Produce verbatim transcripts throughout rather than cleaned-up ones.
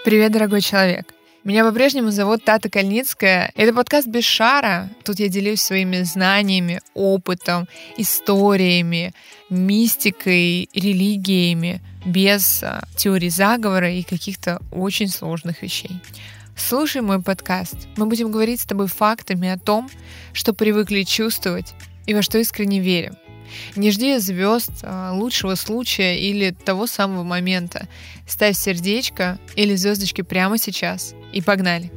Привет, дорогой человек! Меня по-прежнему зовут Тата Кальницкая. Это подкаст «Без шара». Тут я делюсь своими знаниями, опытом, историями, мистикой, религиями, без а, теории заговора и каких-то очень сложных вещей. Слушай мой подкаст. Мы будем говорить с тобой фактами о том, что привыкли чувствовать и во что искренне верим. Не жди звезд, лучшего случая или того самого момента. Ставь сердечко или звездочки прямо сейчас и погнали.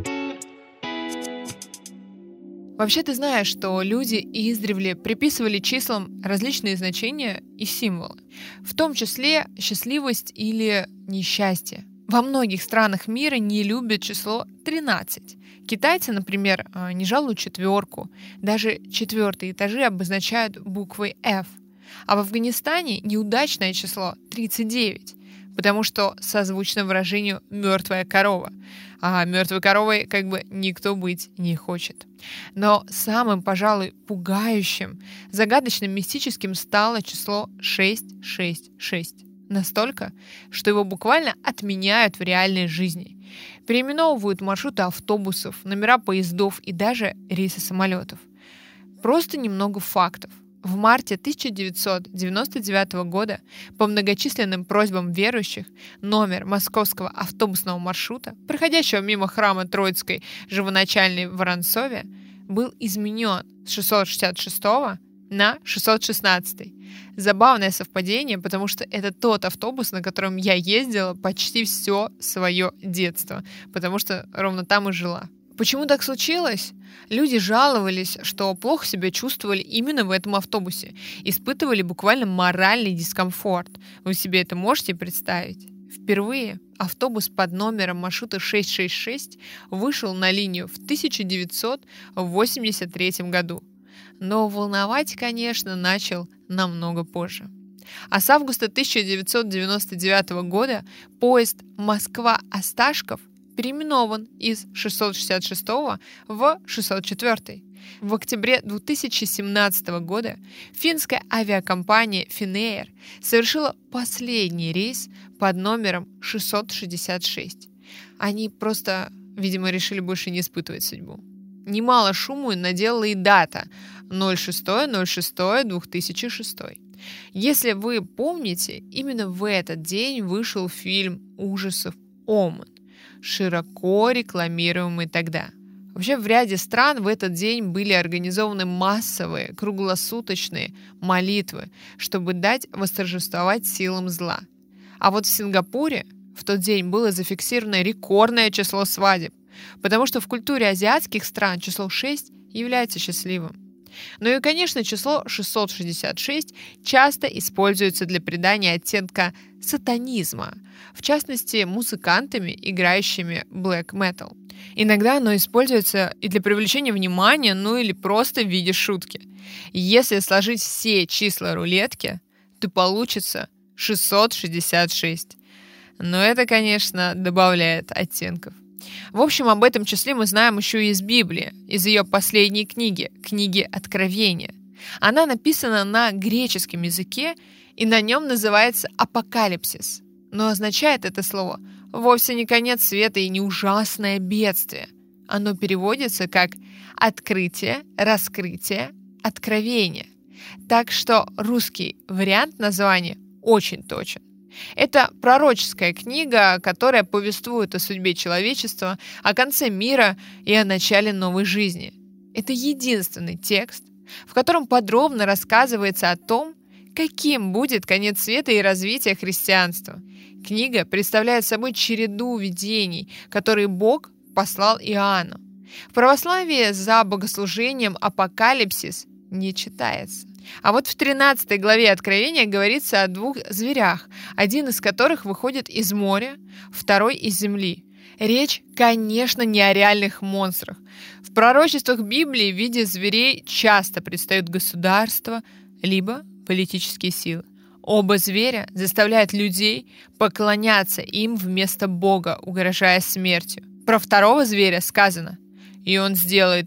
Вообще ты знаешь, что люди издревле приписывали числам различные значения и символы, в том числе счастливость или несчастье. Во многих странах мира не любят число тринадцать. Китайцы, например, не жалуют четверку. Даже четвертые этажи обозначают буквой F. А в Афганистане неудачное число тридцать девять, потому что созвучно выражению «мертвая корова». А мертвой коровой как бы никто быть не хочет. Но самым, пожалуй, пугающим, загадочным, мистическим стало число шесть шесть шесть. Настолько, что его буквально отменяют в реальной жизни. Переименовывают маршруты автобусов, номера поездов и даже рейсы самолетов. Просто немного фактов. В марте тысяча девятьсот девяносто девятого года по многочисленным просьбам верующих номер московского автобусного маршрута, проходящего мимо храма Троицкой Живоначальной в Воронцове, был изменен с шестьсот шестьдесят шестого на шестьсот шестнадцатый. Забавное совпадение, потому что это тот автобус, на котором я ездила почти все свое детство, потому что ровно там и жила. Почему так случилось? Люди жаловались, что плохо себя чувствовали именно в этом автобусе, испытывали буквально моральный дискомфорт. Вы себе это можете представить? Впервые автобус под номером маршрута шесть шесть шесть вышел на линию в тысяча девятьсот восемьдесят третьем году. Но волновать, конечно, начал намного позже. А с августа тысяча девятьсот девяносто девятого года поезд Москва-Осташков переименован из шестьсот шестьдесят шестого в шестьсот четвёртый. В октябре две тысячи семнадцатого года финская авиакомпания Finnair совершила последний рейс под номером шестьсот шестьдесят шесть. Они просто, видимо, решили больше не испытывать судьбу. Немало шуму наделала и дата ноль шестое ноль шестое две тысячи шестой. Если вы помните, именно в этот день вышел фильм ужасов «Омен», широко рекламируемый тогда. Вообще в ряде стран в этот день были организованы массовые, круглосуточные молитвы, чтобы дать восторжествовать силам зла. А вот в Сингапуре в тот день было зафиксировано рекордное число свадеб, потому что в культуре азиатских стран число шесть является счастливым. Ну и, конечно, число шестьсот шестьдесят шесть часто используется для придания оттенка сатанизма, в частности, музыкантами, играющими black metal. Иногда оно используется и для привлечения внимания, ну или просто в виде шутки. Если сложить все числа рулетки, то получится шестьсот шестьдесят шесть. Но это, конечно, добавляет оттенков. В общем, об этом числе мы знаем еще и из Библии, из ее последней книги, книги Откровения. Она написана на греческом языке, и на нем называется «апокалипсис». Но означает это слово вовсе не конец света и не ужасное бедствие. Оно переводится как «открытие», «раскрытие», «откровение». Так что русский вариант названия очень точен. Это пророческая книга, которая повествует о судьбе человечества, о конце мира и о начале новой жизни. Это единственный текст, в котором подробно рассказывается о том, каким будет конец света и развитие христианства. Книга представляет собой череду видений, которые Бог послал Иоанну. В православии за богослужением апокалипсис не читается. А вот в тринадцатой главе Откровения говорится о двух зверях, один из которых выходит из моря, второй из земли. Речь, конечно, не о реальных монстрах. В пророчествах Библии в виде зверей часто предстают государства, либо политические силы. Оба зверя заставляют людей поклоняться им вместо Бога, угрожая смертью. Про второго зверя сказано: «И он сделает так,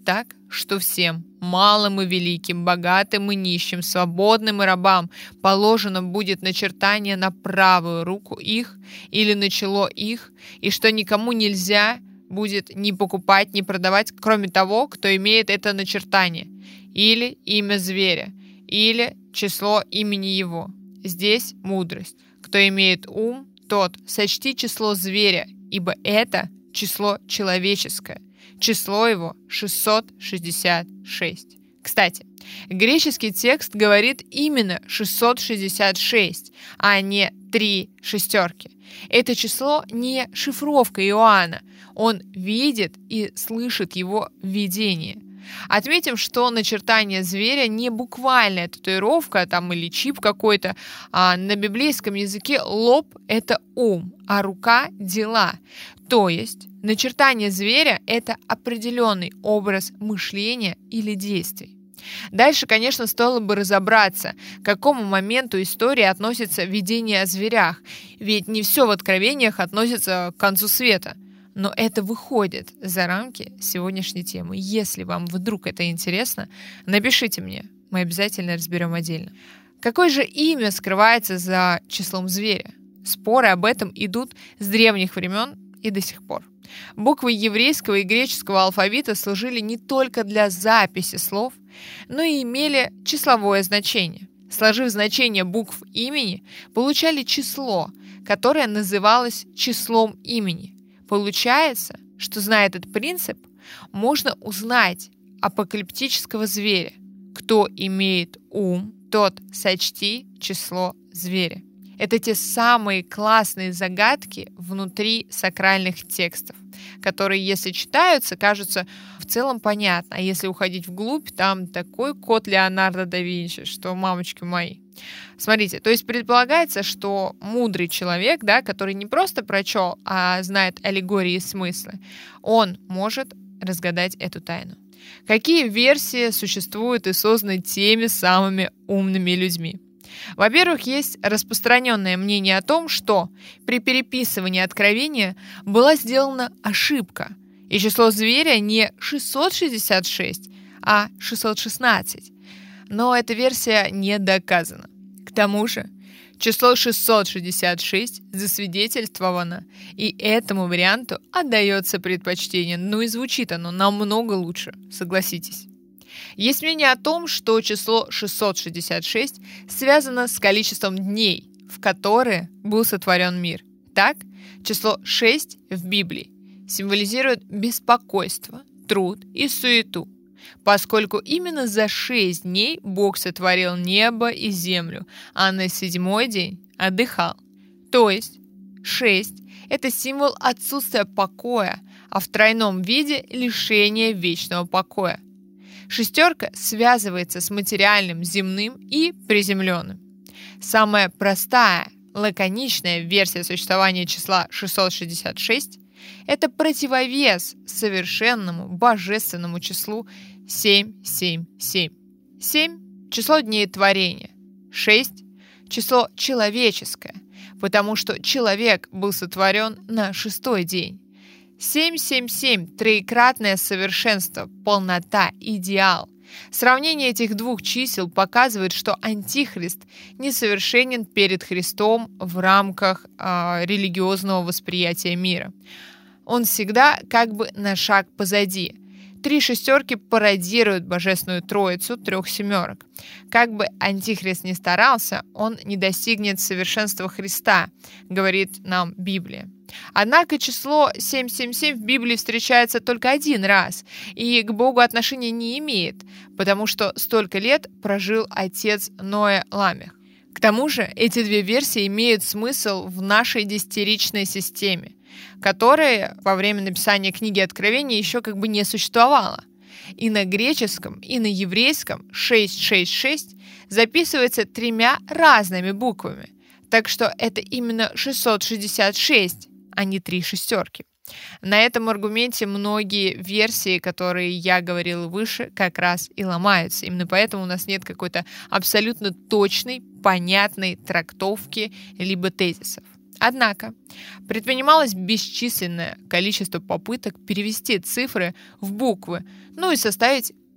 что всем, малым и великим, богатым и нищим, свободным и рабам, положено будет начертание на правую руку их или на чело их, и что никому нельзя будет ни покупать, ни продавать, кроме того, кто имеет это начертание, или имя зверя, или число имени его. Здесь мудрость. Кто имеет ум, тот сочти число зверя, ибо это число человеческое. Число его шестьсот шестьдесят шесть. Кстати, греческий текст говорит именно шестьсот шестьдесят шесть, а не три шестерки. Это число не шифровка Иоанна. Он видит и слышит его видение. Отметим, что начертание зверя не буквальная татуировка там, или чип какой-то, а на библейском языке лоб — это ум, а рука — дела. То есть начертание зверя — это определенный образ мышления или действий. Дальше, конечно, стоило бы разобраться, к какому моменту истории относится видение о зверях, ведь не все в откровениях относится к концу света. Но это выходит за рамки сегодняшней темы. Если вам вдруг это интересно, напишите мне, мы обязательно разберем отдельно. Какое же имя скрывается за числом зверя? Споры об этом идут с древних времен и до сих пор. Буквы еврейского и греческого алфавита служили не только для записи слов, но и имели числовое значение. Сложив значение букв имени, получали число, которое называлось числом имени. Получается, что, зная этот принцип, можно узнать апокалиптического зверя. Кто имеет ум, тот сочти число зверя. Это те самые классные загадки внутри сакральных текстов, которые, если читаются, кажутся в целом понятны. А если уходить вглубь, там такой код Леонардо да Винчи, что мамочки мои. Смотрите, то есть предполагается, что мудрый человек, да, который не просто прочел, а знает аллегории и смыслы, он может разгадать эту тайну. Какие версии существуют и созданы теми самыми умными людьми? Во-первых, есть распространенное мнение о том, что при переписывании Откровения была сделана ошибка, и число зверя не шестьсот шестьдесят шесть, а шестьсот шестнадцать. Но эта версия не доказана. К тому же, число шестьсот шестьдесят шесть засвидетельствовано, и этому варианту отдается предпочтение. Ну и звучит оно намного лучше, согласитесь. Есть мнение о том, что число шестьсот шестьдесят шесть связано с количеством дней, в которые был сотворен мир. Так, число шесть в Библии символизирует беспокойство, труд и суету, поскольку именно за шесть дней Бог сотворил небо и землю, а на седьмой день отдыхал. То есть шесть – это символ отсутствия покоя, а в тройном виде – лишения вечного покоя. Шестерка связывается с материальным, земным и приземленным. Самая простая, лаконичная версия существования числа шестьсот шестьдесят шесть – это противовес совершенному божественному числу семь семь семь. семь – число дней творения. шесть – число человеческое, потому что человек был сотворен на шестой день. семь семь семь – троекратное совершенство, полнота, идеал. Сравнение этих двух чисел показывает, что Антихрист несовершенен перед Христом в рамках э, религиозного восприятия мира. Он всегда как бы на шаг позади. Три шестерки пародируют Божественную Троицу трех семерок. Как бы Антихрист ни старался, он не достигнет совершенства Христа, говорит нам Библия. Однако число семь семь семь в Библии встречается только один раз и к Богу отношения не имеет, потому что столько лет прожил отец Ноэ Ламех. К тому же эти две версии имеют смысл в нашей десятиричной системе, которая во время написания книги Откровения еще как бы не существовала. И на греческом, и на еврейском шесть шесть шесть записывается тремя разными буквами. Так что это именно шестьсот шестьдесят шесть, а не три шестерки. На этом аргументе многие версии, которые я говорила выше, как раз и ломаются. Именно поэтому у нас нет какой-то абсолютно точной, понятной трактовки либо тезисов. Однако предпринималось бесчисленное количество попыток перевести цифры в буквы, ну и составить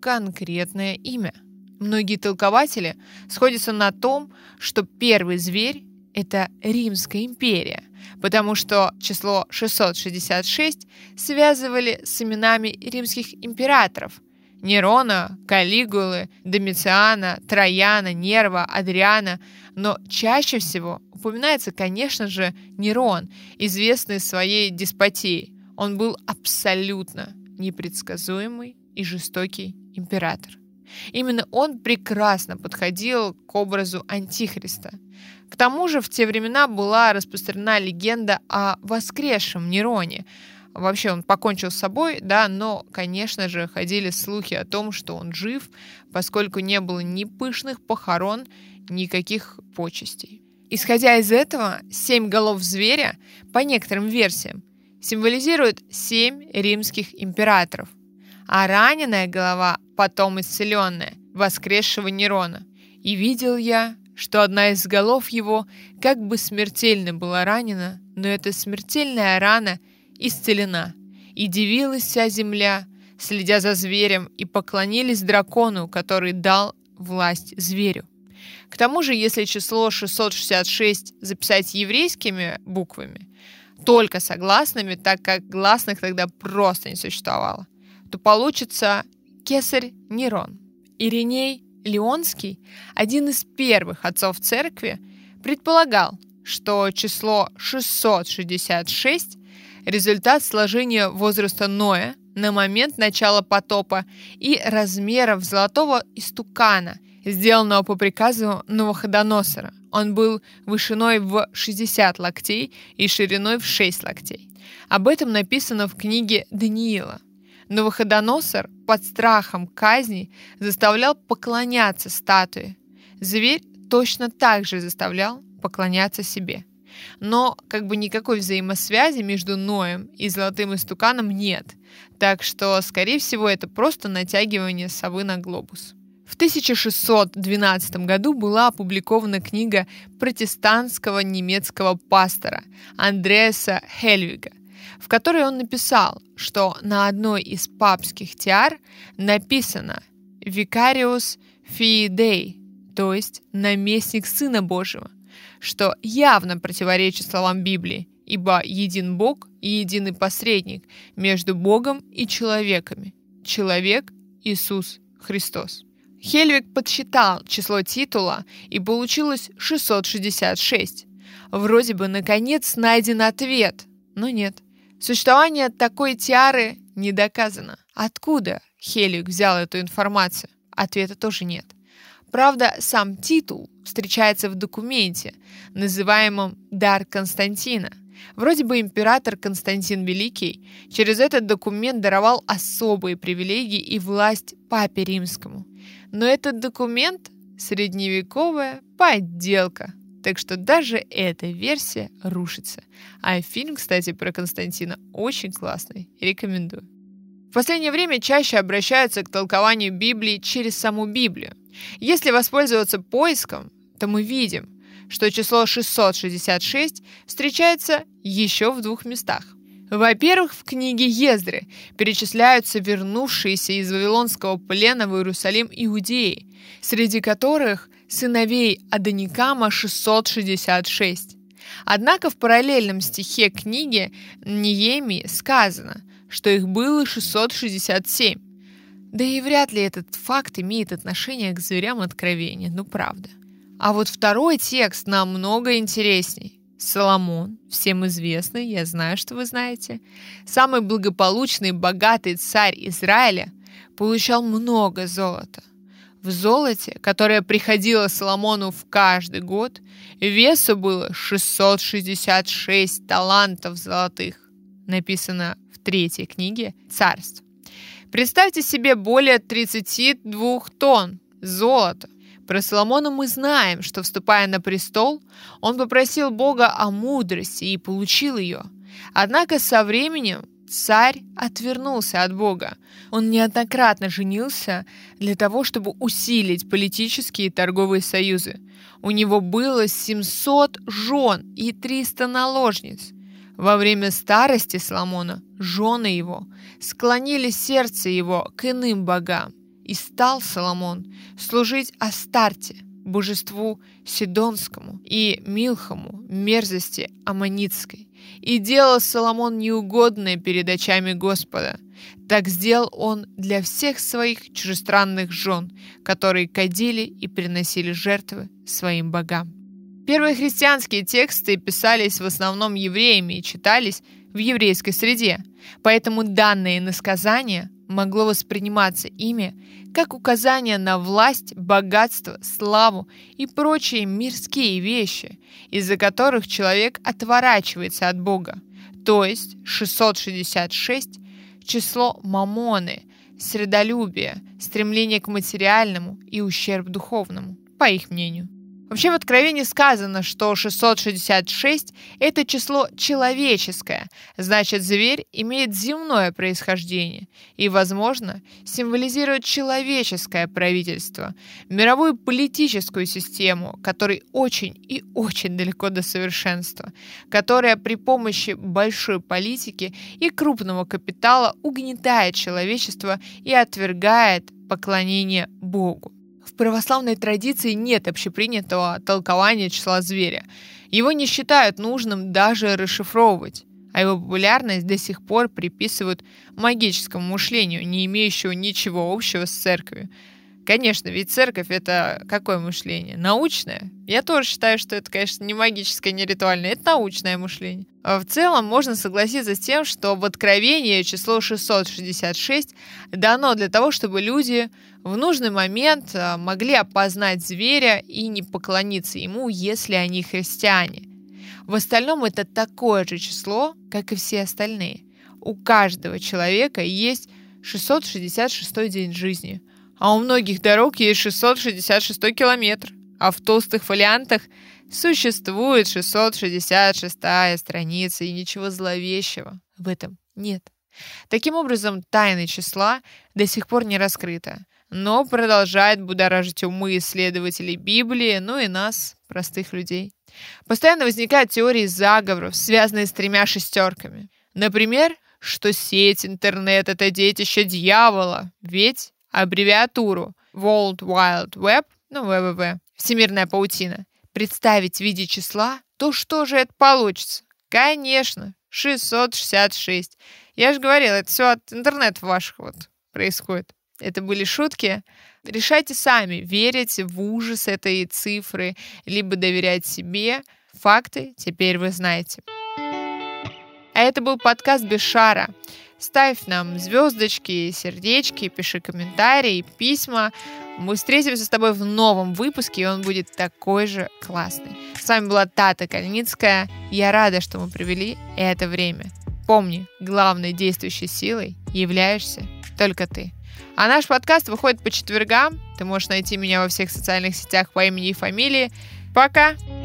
конкретное имя. Многие толкователи сходятся на том, что первый зверь – это Римская империя, потому что число шестьсот шестьдесят шесть связывали с именами римских императоров – Нерона, Калигулы, Домициана, Трояна, Нерва, Адриана, но чаще всего упоминается, конечно же, Нерон, известный своей деспотией. Он был абсолютно непредсказуемый и жестокий император. Именно он прекрасно подходил к образу Антихриста. К тому же в те времена была распространена легенда о воскресшем Нероне. Вообще он покончил с собой, да, но, конечно же, ходили слухи о том, что он жив, поскольку не было ни пышных похорон, никаких почестей. Исходя из этого, семь голов зверя, по некоторым версиям, символизирует семь римских императоров, а раненая голова, потом исцеленная, воскресшего Нерона. И видел я, что одна из голов его как бы смертельно была ранена, но эта смертельная рана исцелена. И дивилась вся земля, следя за зверем, и поклонились дракону, который дал власть зверю. К тому же, если число шестьсот шестьдесят шесть записать еврейскими буквами, только согласными, так как гласных тогда просто не существовало, то получится Кесарь Нерон. Ириней Лионский, один из первых отцов церкви, предполагал, что число шестьсот шестьдесят шесть – результат сложения возраста Ноя на момент начала потопа и размеров золотого истукана, сделанного по приказу Навуходоносора. Он был вышиной в шестьдесят локтей и шириной в шесть локтей. Об этом написано в книге Даниила. Навуходоносор под страхом казни заставлял поклоняться статуе. Зверь точно так же заставлял поклоняться себе. Но как бы никакой взаимосвязи между Ноем и золотым истуканом нет, так что, скорее всего, это просто натягивание совы на глобус. В тысяча шестьсот двенадцатом году была опубликована книга протестантского немецкого пастора Андреаса Хельвига, в которой он написал, что на одной из папских тиар написано «Vicarius Filii Dei», то есть «наместник Сына Божьего», что явно противоречит словам Библии, ибо един Бог и единый посредник между Богом и человеками, человек Иисус Христос. Хельвиг подсчитал число титула, и получилось шестьсот шестьдесят шесть. Вроде бы, наконец, найден ответ, но нет. Существование такой тиары не доказано. Откуда Хельвиг взял эту информацию? Ответа тоже нет. Правда, сам титул встречается в документе, называемом «Дар Константина». Вроде бы император Константин Великий через этот документ даровал особые привилегии и власть папе римскому. Но этот документ – средневековая подделка, так что даже эта версия рушится. А фильм, кстати, про Константина очень классный, рекомендую. В последнее время чаще обращаются к толкованию Библии через саму Библию. Если воспользоваться поиском, то мы видим, что число шестьсот шестьдесят шесть встречается еще в двух местах. Во-первых, в книге Ездры перечисляются вернувшиеся из Вавилонского плена в Иерусалим иудеи, среди которых сыновей Адоникама шестьсот шестьдесят шесть. Однако в параллельном стихе книги Неемии сказано, что их было шестьсот шестьдесят семь. Да и вряд ли этот факт имеет отношение к зверям Откровения, ну правда. А вот второй текст намного интересней. Соломон, всем известный, я знаю, что вы знаете, самый благополучный и богатый царь Израиля, получал много золота. В золоте, которое приходило Соломону в каждый год, весу было шестьсот шестьдесят шесть талантов золотых, написано в третьей книге Царств. Представьте себе более тридцати двух тонн золота. Про Соломона мы знаем, что, вступая на престол, он попросил Бога о мудрости и получил ее. Однако со временем царь отвернулся от Бога. Он неоднократно женился для того, чтобы усилить политические и торговые союзы. У него было семьсот жен и триста наложниц. Во время старости Соломона жены его склонили сердце его к иным богам, И стал Соломон служить Астарте, божеству Сидонскому, и Милхому, мерзости Аммонитской. И делал Соломон неугодное перед очами Господа. Так сделал он для всех своих чужестранных жен, которые кадили и приносили жертвы своим богам. Первые христианские тексты писались в основном евреями и читались в еврейской среде, поэтому данное иносказание могло восприниматься ими как указание на власть, богатство, славу и прочие мирские вещи, из-за которых человек отворачивается от Бога. То есть шестьсот шестьдесят шесть – число мамоны, средолюбия, стремление к материальному и ущерб духовному, по их мнению. Вообще в Откровении сказано, что шестьсот шестьдесят шесть – это число человеческое, значит, зверь имеет земное происхождение и, возможно, символизирует человеческое правительство, мировую политическую систему, которой очень и очень далеко до совершенства, которая при помощи большой политики и крупного капитала угнетает человечество и отвергает поклонение Богу. В православной традиции нет общепринятого толкования числа зверя. Его не считают нужным даже расшифровывать, а его популярность до сих пор приписывают магическому мышлению, не имеющему ничего общего с церковью. Конечно, ведь церковь — это какое мышление? Научное? Я тоже считаю, что это, конечно, не магическое, не ритуальное, это научное мышление. А в целом можно согласиться с тем, что в Откровении число шестьсот шестьдесят шесть дано для того, чтобы люди в нужный момент могли опознать зверя и не поклониться ему, если они христиане. В остальном это такое же число, как и все остальные. У каждого человека есть шестьсот шестьдесят шестой день жизни, а у многих дорог есть шестьсот шестьдесят шестой километр, а в толстых фолиантах существует шестьсот шестьдесят шестая страница, и ничего зловещего в этом нет. Таким образом, тайна числа до сих пор не раскрыта, но продолжает будоражить умы исследователей Библии, ну и нас, простых людей. Постоянно возникают теории заговоров, связанные с тремя шестерками. Например, что сеть, интернет — это детище дьявола, ведь аббревиатуру World Wide Web, ну, вэ вэ вэ, всемирная паутина, представить в виде числа, то что же это получится? Конечно, шестьсот шестьдесят шесть. Я же говорила, это все от интернета ваших вот происходит. Это были шутки. Решайте сами, верить в ужас этой цифры, либо доверять себе. Факты теперь вы знаете. А это был подкаст «Без шара». Ставь нам звездочки, сердечки, пиши комментарии, письма. Мы встретимся с тобой в новом выпуске, и он будет такой же классный. С вами была Тата Кальницкая. Я рада, что мы провели это время. Помни, главной действующей силой являешься только ты. А наш подкаст выходит по четвергам. Ты можешь найти меня во всех социальных сетях по имени и фамилии. Пока!